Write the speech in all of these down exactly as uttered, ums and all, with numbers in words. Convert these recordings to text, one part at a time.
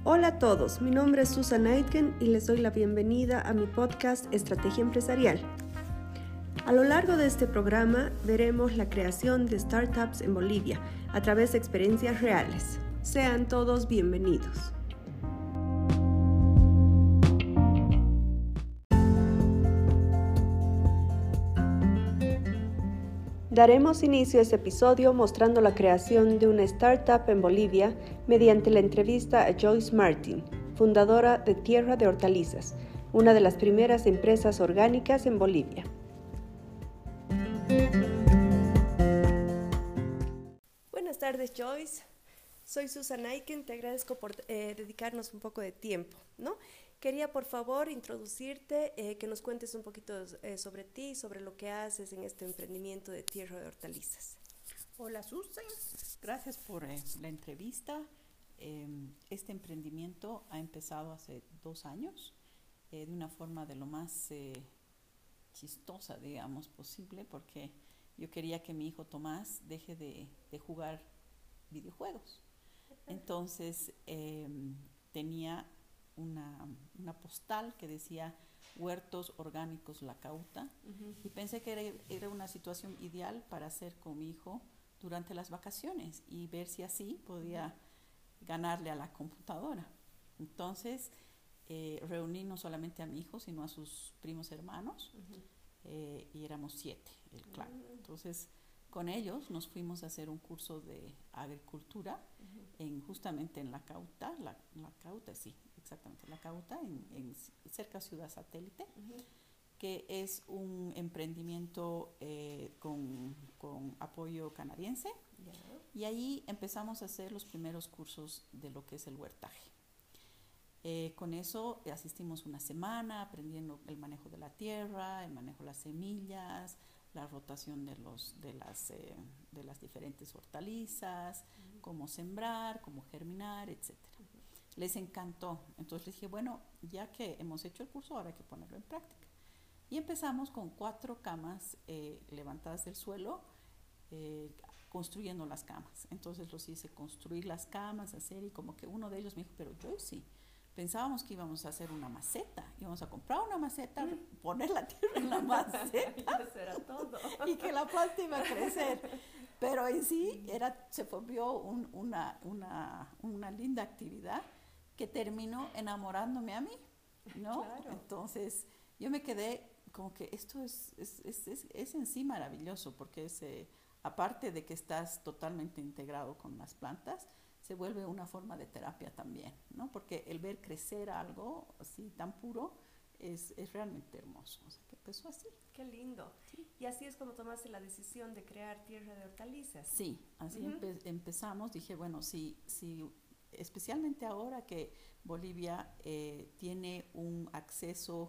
Hola a todos, mi nombre es Susan Aitken y les doy la bienvenida a mi podcast Estrategia Empresarial. A lo largo de este programa veremos la creación de startups en Bolivia a través de experiencias reales. Sean todos bienvenidos. Daremos inicio a este episodio mostrando la creación de una startup en Bolivia mediante la entrevista a Joyce Martin, fundadora de Tierra de Hortalizas, una de las primeras empresas orgánicas en Bolivia. Buenas tardes, Joyce. Soy Susan Aitken, te agradezco por eh, dedicarnos un poco de tiempo, ¿no? Quería, por favor, introducirte, eh, que nos cuentes un poquito eh, sobre ti, sobre lo que haces en este emprendimiento de Tierra de Hortalizas. Hola, Susan. Gracias por eh, la entrevista. Eh, este emprendimiento ha empezado hace dos años eh, de una forma de lo más eh, chistosa, digamos, posible, porque yo quería que mi hijo Tomás deje de, de jugar videojuegos. Entonces, eh, tenía Una, una postal que decía Huertos Orgánicos La Cauta, uh-huh. y pensé que era, era una situación ideal para hacer con mi hijo durante las vacaciones y ver si así podía uh-huh. ganarle a la computadora. Entonces eh, reuní no solamente a mi hijo sino a sus primos hermanos, uh-huh. eh, y éramos siete el clan. Uh-huh. Entonces con ellos nos fuimos a hacer un curso de agricultura, uh-huh. en, justamente en La Cauta, la, la Cauta, sí, exactamente, La Cauta, en, en cerca Ciudad Satélite, uh-huh. que es un emprendimiento eh, con, con apoyo canadiense, yeah. y ahí empezamos a hacer los primeros cursos de lo que es el huertaje. Eh, con eso asistimos una semana aprendiendo el manejo de la tierra, el manejo de las semillas, la rotación de, los, de, las, eh, de las diferentes hortalizas, uh-huh. cómo sembrar, cómo germinar, etcétera. Uh-huh. Les encantó. Entonces les dije, bueno, ya que hemos hecho el curso, ahora hay que ponerlo en práctica. Y empezamos con cuatro camas eh, levantadas del suelo, eh, construyendo las camas. Entonces los hice construir las camas, hacer, y como que uno de ellos me dijo, pero yo sí. Pensábamos que íbamos a hacer una maceta, íbamos a comprar una maceta, mm. poner la tierra en la maceta y, era todo. y que la planta iba a crecer. Pero en sí era, se volvió un, una, una, una linda actividad que terminó enamorándome a mí, ¿no? Claro. Entonces yo me quedé como que esto es, es, es, es, es en sí maravilloso, porque es, eh, aparte de que estás totalmente integrado con las plantas, se vuelve una forma de terapia también, ¿no? Porque el ver crecer algo así tan puro es, es realmente hermoso. O sea, que empezó así. Qué lindo. Sí. Y así es como tomaste la decisión de crear Tierra de Hortalizas. Sí, así uh-huh. empe- empezamos. Dije, bueno, si, si especialmente ahora que Bolivia eh, tiene un acceso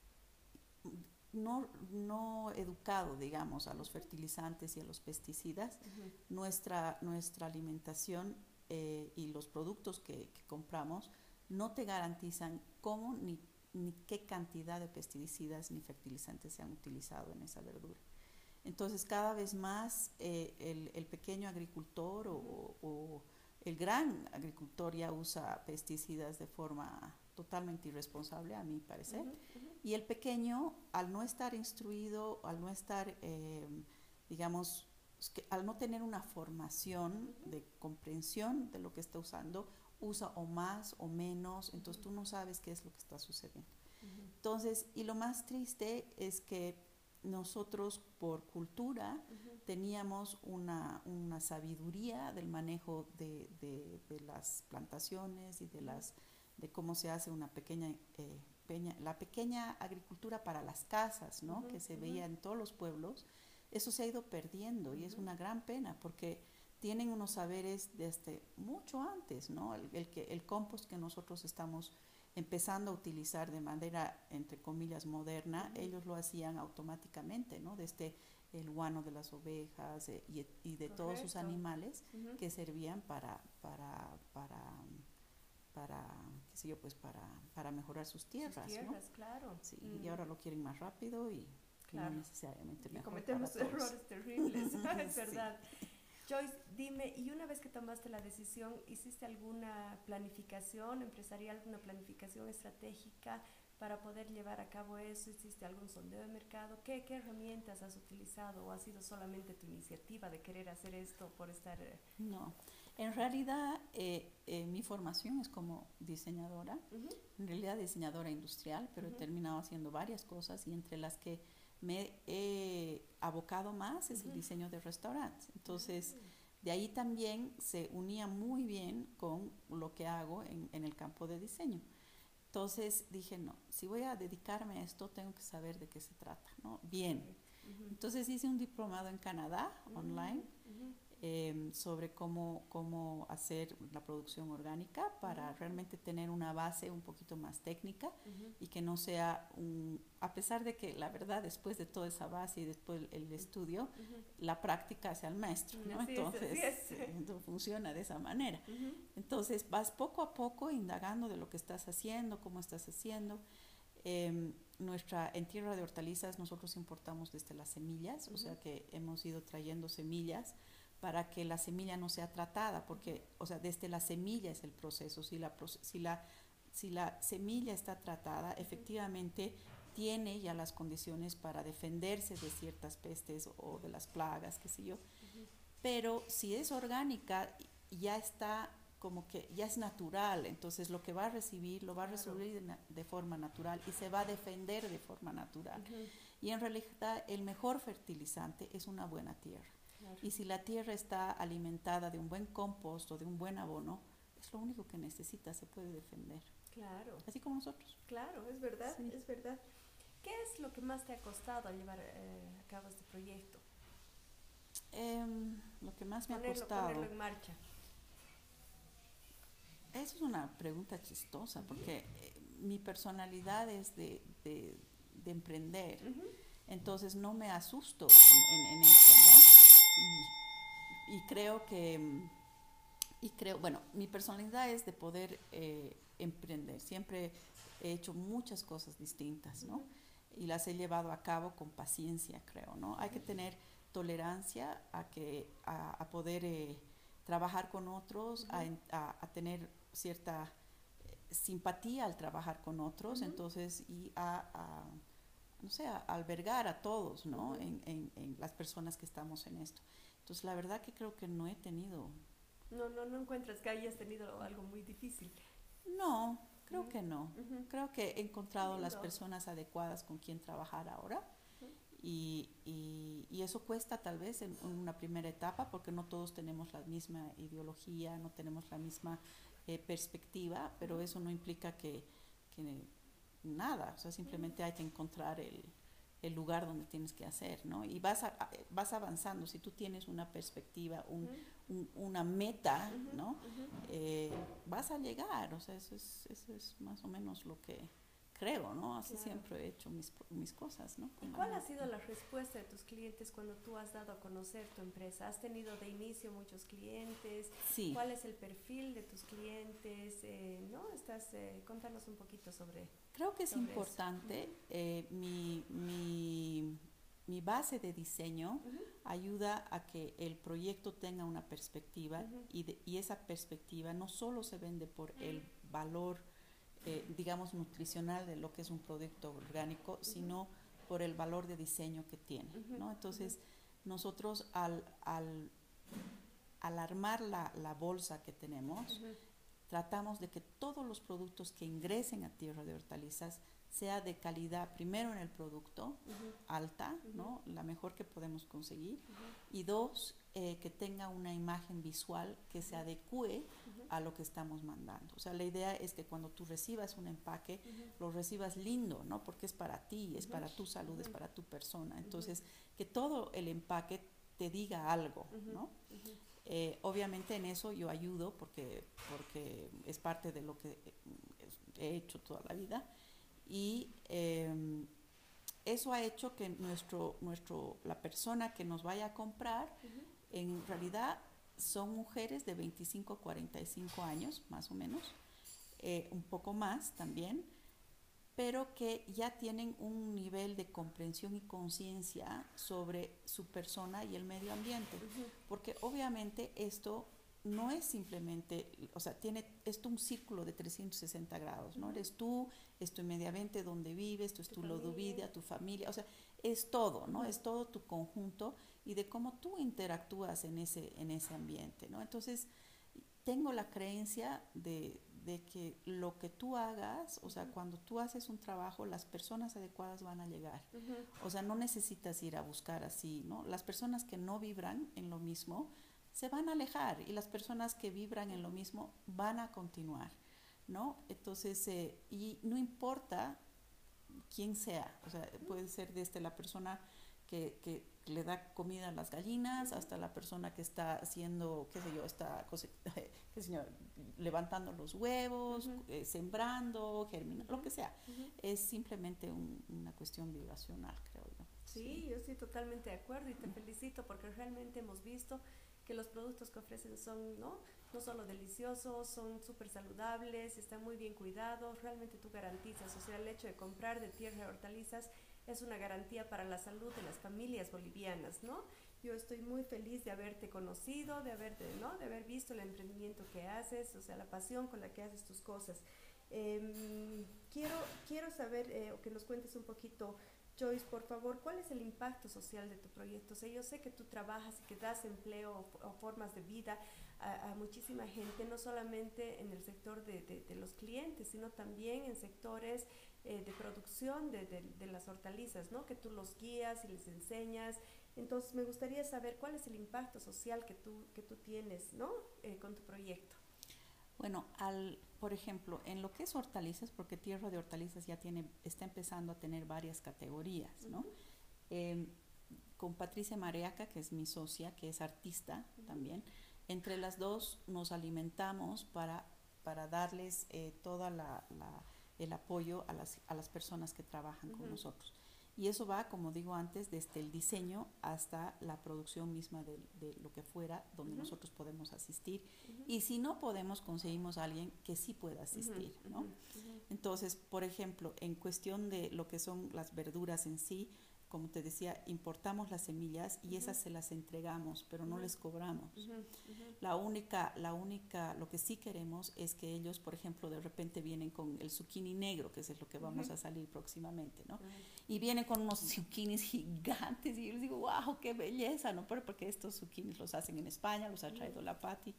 no, no educado, digamos, a los fertilizantes y a los pesticidas, uh-huh. nuestra, nuestra alimentación Eh, y los productos que, que compramos no te garantizan cómo ni, ni qué cantidad de pesticidas ni fertilizantes se han utilizado en esa verdura. Entonces cada vez más eh, el, el pequeño agricultor o, o el gran agricultor ya usa pesticidas de forma totalmente irresponsable, a mi parecer, uh-huh, uh-huh. y el pequeño, al no estar instruido, al no estar, eh, digamos, que al no tener una formación uh-huh. de comprensión de lo que está usando, usa o más o menos, entonces uh-huh. tú no sabes qué es lo que está sucediendo. Uh-huh. Entonces, y lo más triste es que nosotros por cultura uh-huh. teníamos una, una sabiduría del manejo de, de, de las plantaciones y de, las, de cómo se hace una pequeña, eh, peña, la pequeña agricultura para las casas, ¿no? Uh-huh. que se uh-huh. veía en todos los pueblos. Eso se ha ido perdiendo, uh-huh. y es una gran pena porque tienen unos saberes desde mucho antes, ¿no? El, el, que, el compost que nosotros estamos empezando a utilizar de manera, entre comillas, moderna, uh-huh. ellos lo hacían automáticamente, ¿no? Desde el guano de las ovejas eh, y, y de Correcto. Todos sus animales uh-huh. que servían para, para, para, para, qué sé yo, pues para, para mejorar sus tierras, sus tierras, ¿no? claro. Sí, mm. y ahora lo quieren más rápido y... Claro. No necesariamente y cometemos errores terribles, es verdad. Sí. Joyce, dime, y una vez que tomaste la decisión, ¿hiciste alguna planificación empresarial, alguna planificación estratégica para poder llevar a cabo eso? ¿Hiciste algún sondeo de mercado? ¿Qué, qué herramientas has utilizado o ha sido solamente tu iniciativa de querer hacer esto por estar...? Eh... No, en realidad eh, eh, mi formación es como diseñadora, uh-huh. en realidad diseñadora industrial, pero uh-huh. he terminado haciendo varias cosas y entre las que me he abocado más es uh-huh. el diseño de restaurantes. Entonces, uh-huh. de ahí también se unía muy bien con lo que hago en, en el campo de diseño. Entonces dije, no, si voy a dedicarme a esto, tengo que saber de qué se trata, ¿no? Bien. Uh-huh. Entonces hice un diplomado en Canadá, uh-huh. online, uh-huh. eh, sobre cómo, cómo hacer la producción orgánica para uh-huh. realmente tener una base un poquito más técnica uh-huh. y que no sea un... A pesar de que la verdad, después de toda esa base y después el, el estudio, uh-huh. la práctica hace al maestro, ¿no? Así entonces, es, así es. entonces funciona de esa manera. Uh-huh. Entonces vas poco a poco indagando de lo que estás haciendo, cómo estás haciendo. Eh, nuestra, en Tierra de Hortalizas nosotros importamos desde las semillas, uh-huh. o sea que hemos ido trayendo semillas para que la semilla no sea tratada, porque, o sea, desde la semilla es el proceso. Si la, si la, si la semilla está tratada, uh-huh. efectivamente tiene ya las condiciones para defenderse de ciertas pestes o de las plagas, qué sé yo. Uh-huh. Pero si es orgánica, ya está como que ya es natural, entonces lo que va a recibir, lo va a recibir claro. de, de forma natural y se va a defender de forma natural. Uh-huh. Y en realidad el mejor fertilizante es una buena tierra. Claro. Y si la tierra está alimentada de un buen compost o de un buen abono, es lo único que necesita, se puede defender. Claro. Así como nosotros. Claro, es verdad, sí. es verdad. ¿Qué es lo que más te ha costado llevar eh, a cabo este proyecto? Eh, lo que más me ponerlo, ha costado... Ponerlo en marcha. Esa es una pregunta chistosa, porque eh, mi personalidad es de, de, de emprender, uh-huh. entonces no me asusto en, en, en eso, ¿no? Y, y creo que, y creo, bueno, mi personalidad es de poder eh, emprender. Siempre he hecho muchas cosas distintas, ¿no? Uh-huh. Y las he llevado a cabo con paciencia, creo, ¿no? Uh-huh. Hay que tener tolerancia a, que, a, a poder eh, trabajar con otros, uh-huh. a, a, a tener cierta eh, simpatía al trabajar con otros, uh-huh. entonces, y a, a, no sé, a albergar a todos, ¿no? Uh-huh. En, en, en las personas que estamos en esto. Entonces, la verdad que creo que no he tenido... No, no, no encuentras que hayas tenido algo muy difícil. No, creo uh-huh. que no. Uh-huh. Creo que he encontrado las personas adecuadas con quien trabajar ahora. Uh-huh. Y, y, y eso cuesta tal vez en, en una primera etapa, porque no todos tenemos la misma ideología, no tenemos la misma eh, perspectiva, pero uh-huh. eso no implica que, que nada, o sea, simplemente uh-huh. hay que encontrar el, el lugar donde tienes que hacer, ¿no? Y vas, a, vas avanzando. Si tú tienes una perspectiva, un, uh-huh. un, una meta, uh-huh. ¿no? Uh-huh. Eh, vas a llegar, o sea, eso es, eso es más o menos lo que... creo, ¿no? Así claro. siempre he hecho mis, mis cosas, ¿no? ¿Y cuál ha sido la respuesta de tus clientes cuando tú has dado a conocer tu empresa? ¿Has tenido de inicio muchos clientes? Sí. ¿Cuál es el perfil de tus clientes? Eh, ¿no? Estás, eh, contanos un poquito sobre Creo que es sobre importante. Eh, mi, mi, mi base de diseño uh-huh. ayuda a que el proyecto tenga una perspectiva uh-huh. y, de, y esa perspectiva no solo se vende por uh-huh. el valor Eh, digamos nutricional de lo que es un producto orgánico, uh-huh. sino por el valor de diseño que tiene, uh-huh. ¿no? Entonces uh-huh. nosotros al, al, al armar la, la bolsa que tenemos, uh-huh. tratamos de que todos los productos que ingresen a Tierra de Hortalizas sea de calidad, primero en el producto, uh-huh. alta, uh-huh. ¿no? La mejor que podemos conseguir, uh-huh. y dos, eh, que tenga una imagen visual que se adecue uh-huh. a lo que estamos mandando. O sea, la idea es que cuando tú recibas un empaque, uh-huh. lo recibas lindo, ¿no? Porque es para ti, es uh-huh. para tu salud, uh-huh. es para tu persona. Entonces, uh-huh. que todo el empaque te diga algo, uh-huh. ¿no? Uh-huh. Eh, obviamente en eso yo ayudo porque, porque es parte de lo que he hecho toda la vida. Y eh, eso ha hecho que nuestro, nuestro, la persona que nos vaya a comprar, uh-huh. en realidad son mujeres de veinticinco a cuarenta y cinco años, más o menos, eh, un poco más también, pero que ya tienen un nivel de comprensión y conciencia sobre su persona y el medio ambiente, uh-huh. porque obviamente esto no es simplemente, o sea, tiene esto un círculo de trescientos sesenta grados, ¿no? Uh-huh. Eres tú, es tu medio ambiente, donde vives, tu estilo de vida, tu familia, o sea, es todo, ¿no? Uh-huh. Es todo tu conjunto y de cómo tú interactúas en ese, en ese ambiente, ¿no? Entonces, tengo la creencia de, de que lo que tú hagas, o sea, uh-huh. cuando tú haces un trabajo, las personas adecuadas van a llegar. Uh-huh. O sea, no necesitas ir a buscar así, ¿no? Las personas que no vibran en lo mismo se van a alejar y las personas que vibran en lo mismo van a continuar, ¿no? Entonces, eh, y no importa quién sea, o sea, puede ser desde la persona que, que le da comida a las gallinas hasta la persona que está haciendo, qué sé yo, está qué sé yo, levantando los huevos, uh-huh. eh, sembrando, germinando, uh-huh. lo que sea. Uh-huh. Es simplemente un, una cuestión vibracional, creo yo. Sí, sí, yo estoy totalmente de acuerdo y te uh-huh. felicito porque realmente hemos visto que los productos que ofrecen son, ¿no? No solo deliciosos, son súper saludables, están muy bien cuidados, realmente tú garantizas, o sea, el hecho de comprar de tierra de hortalizas es una garantía para la salud de las familias bolivianas, ¿no? Yo estoy muy feliz de haberte conocido, de haberte, ¿no? De haber visto el emprendimiento que haces, o sea, la pasión con la que haces tus cosas. Eh, quiero, quiero saber, eh, o que nos cuentes un poquito, Joyce, por favor, ¿cuál es el impacto social de tu proyecto? O sea, yo sé que tú trabajas y que das empleo o, o formas de vida a, a muchísima gente, no solamente en el sector de, de, de los clientes, sino también en sectores eh, de producción de, de, de las hortalizas, ¿no? Que tú los guías y les enseñas. Entonces, me gustaría saber cuál es el impacto social que tú, que tú tienes, ¿no? Eh, con tu proyecto. Bueno, al, por ejemplo, en lo que es hortalizas, porque Tierra de Hortalizas ya tiene, está empezando a tener varias categorías, ¿no? Uh-huh. Eh, con Patricia Mareaca, que es mi socia, que es artista uh-huh. también, entre las dos nos alimentamos para, para darles eh, todo la, la, el apoyo a las, a las personas que trabajan uh-huh. con nosotros. Y eso va, como digo antes, desde el diseño hasta la producción misma de, de lo que fuera, donde uh-huh. nosotros podemos asistir. Uh-huh. Y si no podemos, conseguimos a alguien que sí pueda asistir, uh-huh. ¿no? Uh-huh. Entonces, por ejemplo, en cuestión de lo que son las verduras en sí, como te decía, importamos las semillas y uh-huh. esas se las entregamos, pero no uh-huh. les cobramos. Uh-huh. Uh-huh. La única, la única, lo que sí queremos es que ellos, por ejemplo, de repente vienen con el zucchini negro, que es lo que vamos uh-huh. a salir próximamente, ¿no? Uh-huh. Y vienen con unos zucchinis gigantes y yo les digo, wow, qué belleza, ¿no? Porque estos zucchinis los hacen en España, los ha traído uh-huh. la Pati.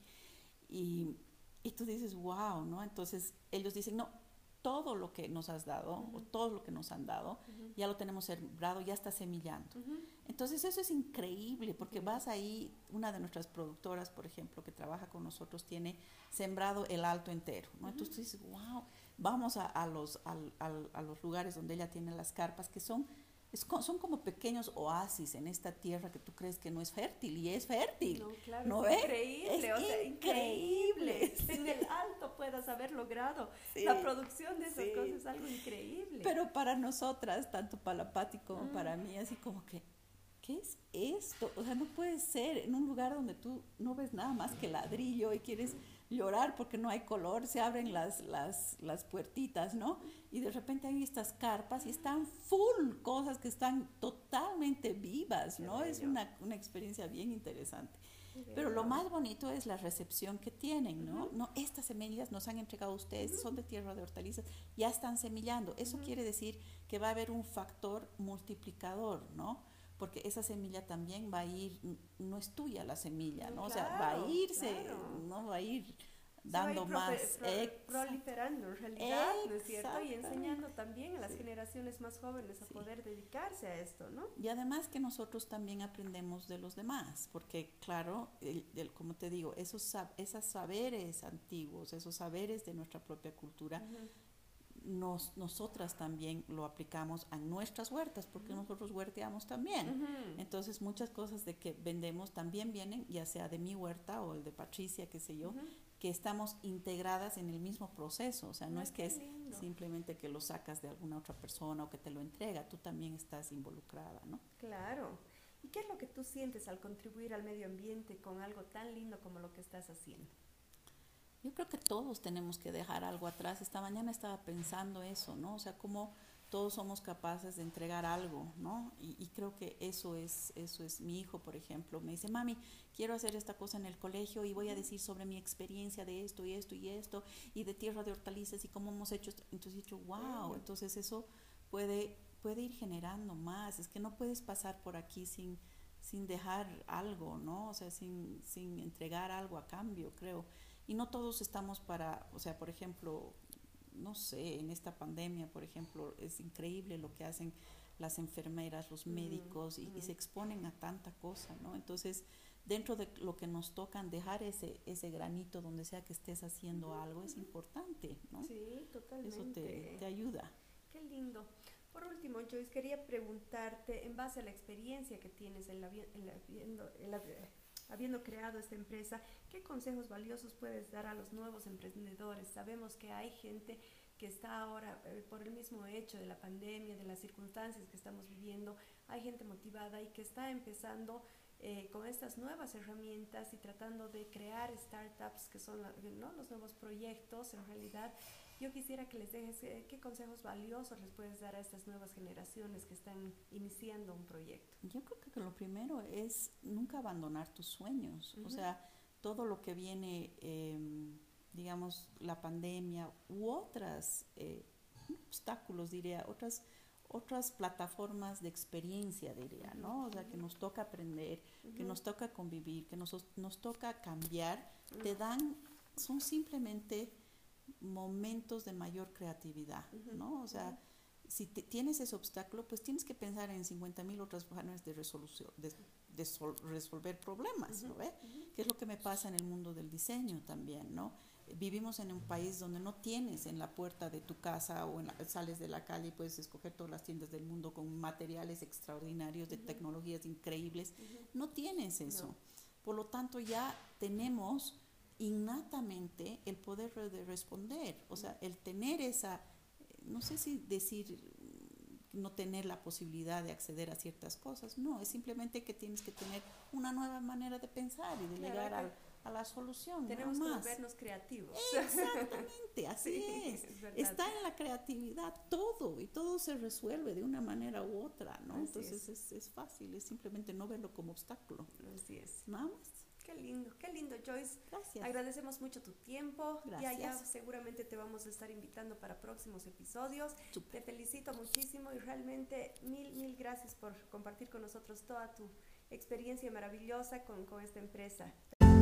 Y, y tú dices, wow, ¿no? Entonces ellos dicen, no, todo lo que nos has dado, uh-huh. o todo lo que nos han dado, uh-huh. ya lo tenemos sembrado, ya está semillando. Uh-huh. Entonces eso es increíble, porque uh-huh. vas ahí, una de nuestras productoras, por ejemplo, que trabaja con nosotros, tiene sembrado el alto entero, ¿no? Uh-huh. Entonces tú dices, wow, vamos a, a, los, a, a, a los lugares donde ella tiene las carpas, que son, es, son como pequeños oasis en esta tierra que tú crees que no es fértil, y es fértil. No, claro, ¿no es es? increíble, es o sea, increíble. increíble. En el alto puedas haber logrado sí, la producción de esas sí. cosas, es algo increíble. Pero para nosotras, tanto para la Pati como mm. para mí, así como que, ¿qué es esto? O sea, no puede ser en un lugar donde tú no ves nada más que ladrillo y quieres llorar porque no hay color, se abren las, las, las puertitas, ¿no? Y de repente hay estas carpas y están full cosas que están totalmente vivas, ¿no? Es una, una experiencia bien interesante. Pero lo más bonito es la recepción que tienen, ¿no? Uh-huh. No, estas semillas nos han entregado ustedes, uh-huh. son de Tierra de Hortalizas, ya están semillando. Eso uh-huh. quiere decir que va a haber un factor multiplicador, ¿no? Porque esa semilla también va a ir, no es tuya la semilla, ¿no? Claro, o sea, va a irse, claro. no va a ir dando se va a ir más. Profe, pro, proliferando en realidad, ¿no es cierto? Y enseñando también a las sí. generaciones más jóvenes a sí. poder dedicarse a esto, ¿no? Y además que nosotros también aprendemos de los demás, porque claro, el, el, como te digo, esos, esos saberes antiguos, esos saberes de nuestra propia cultura, uh-huh. Nos, nosotras también lo aplicamos a nuestras huertas, porque uh-huh. nosotros huerteamos también. Uh-huh. Entonces muchas cosas de que vendemos también vienen, ya sea de mi huerta o el de Patricia, qué sé yo, uh-huh. que estamos integradas en el mismo proceso. O sea, no Ay, es que es lindo. Simplemente que lo sacas de alguna otra persona o que te lo entrega, tú también estás involucrada, ¿no? Claro. ¿Y qué es lo que tú sientes al contribuir al medio ambiente con algo tan lindo como lo que estás haciendo? Yo creo que todos tenemos que dejar algo atrás. Esta mañana estaba pensando eso, ¿no? O sea, cómo todos somos capaces de entregar algo, ¿no? Y, y creo que eso es, eso es mi hijo, por ejemplo. Me dice, mami, quiero hacer esta cosa en el colegio y voy a decir sobre mi experiencia de esto y esto y esto, y de tierra de hortalizas y cómo hemos hecho esto. Entonces he dicho, wow, entonces eso puede, puede ir generando más. Es que no puedes pasar por aquí sin, sin dejar algo, ¿no? O sea, sin, sin entregar algo a cambio, creo. Y no todos estamos para, o sea, por ejemplo, no sé, en esta pandemia, por ejemplo, es increíble lo que hacen las enfermeras, los médicos, y, y se exponen a tanta cosa, ¿no? Entonces, dentro de lo que nos tocan, dejar ese, ese granito donde sea que estés haciendo algo es importante, ¿no? Sí, totalmente. Eso te, te ayuda. Qué lindo. Por último, Joyce, quería preguntarte, en base a la experiencia que tienes en la, en la, viendo, en la, habiendo creado esta empresa, ¿qué consejos valiosos puedes dar a los nuevos emprendedores? Sabemos que hay gente que está ahora, eh, por el mismo hecho de la pandemia, de las circunstancias que estamos viviendo, hay gente motivada y que está empezando eh, con estas nuevas herramientas y tratando de crear startups que son, ¿no?, los nuevos proyectos en realidad. Yo quisiera que les dejes, eh, ¿qué consejos valiosos les puedes dar a estas nuevas generaciones que están iniciando un proyecto? Yo creo que lo primero es nunca abandonar tus sueños. Uh-huh. O sea, todo lo que viene, eh, digamos, la pandemia u otras eh, obstáculos, diría, otras, otras plataformas de experiencia, diría, ¿no? O sea, que nos toca aprender, uh-huh. que nos toca convivir, que nos, nos toca cambiar, uh-huh. te dan, son simplemente momentos de mayor creatividad, uh-huh, ¿no? O sea, uh-huh. si te, tienes ese obstáculo, pues tienes que pensar en cincuenta mil otras maneras de resolución, de, de sol, resolver problemas, uh-huh, ¿no ve? Uh-huh. Que es lo que me pasa en el mundo del diseño también, ¿no? Vivimos en un país donde no tienes en la puerta de tu casa o en la, sales de la calle y puedes escoger todas las tiendas del mundo con materiales extraordinarios, de uh-huh. tecnologías increíbles. Uh-huh. No tienes eso. No. Por lo tanto, ya tenemos innatamente el poder de responder, o sea, el tener esa, no sé si decir no tener la posibilidad de acceder a ciertas cosas, no, es simplemente que tienes que tener una nueva manera de pensar y de claro, llegar a, a la solución. Tenemos no que más. volvernos creativos. Exactamente, así sí, es. es Está en la creatividad todo y todo se resuelve de una manera u otra, ¿no? Así Entonces es. Es, es fácil, es simplemente no verlo como obstáculo. Así es. Nada más. Qué lindo, qué lindo, Joyce. Gracias. Agradecemos mucho tu tiempo. Gracias. Ya, ya seguramente te vamos a estar invitando para próximos episodios. Super. Te felicito muchísimo y realmente mil, mil gracias por compartir con nosotros toda tu experiencia maravillosa con, con esta empresa.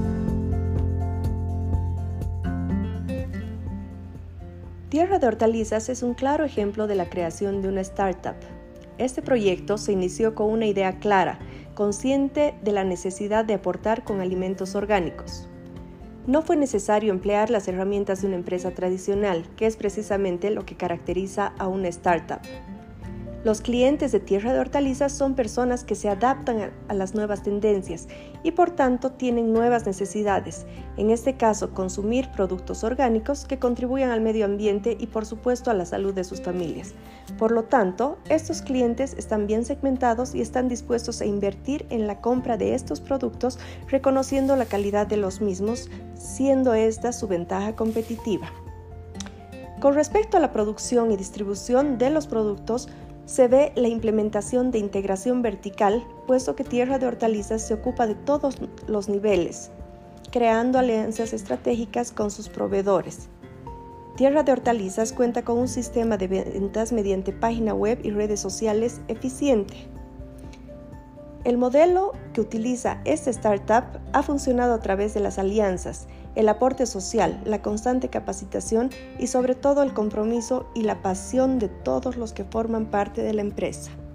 Tierra de Hortalizas es un claro ejemplo de la creación de una startup. Este proyecto se inició con una idea clara, consciente de la necesidad de aportar con alimentos orgánicos. No fue necesario emplear las herramientas de una empresa tradicional, que es precisamente lo que caracteriza a una startup. Los clientes de Tierra de Hortalizas son personas que se adaptan a las nuevas tendencias y por tanto tienen nuevas necesidades, en este caso consumir productos orgánicos que contribuyan al medio ambiente y por supuesto a la salud de sus familias. Por lo tanto, estos clientes están bien segmentados y están dispuestos a invertir en la compra de estos productos, reconociendo la calidad de los mismos, siendo esta su ventaja competitiva. Con respecto a la producción y distribución de los productos, se ve la implementación de integración vertical, puesto que Tierra de Hortalizas se ocupa de todos los niveles, creando alianzas estratégicas con sus proveedores. Tierra de Hortalizas cuenta con un sistema de ventas mediante página web y redes sociales eficiente. El modelo que utiliza esta startup ha funcionado a través de las alianzas, el aporte social, la constante capacitación y sobre todo el compromiso y la pasión de todos los que forman parte de la empresa.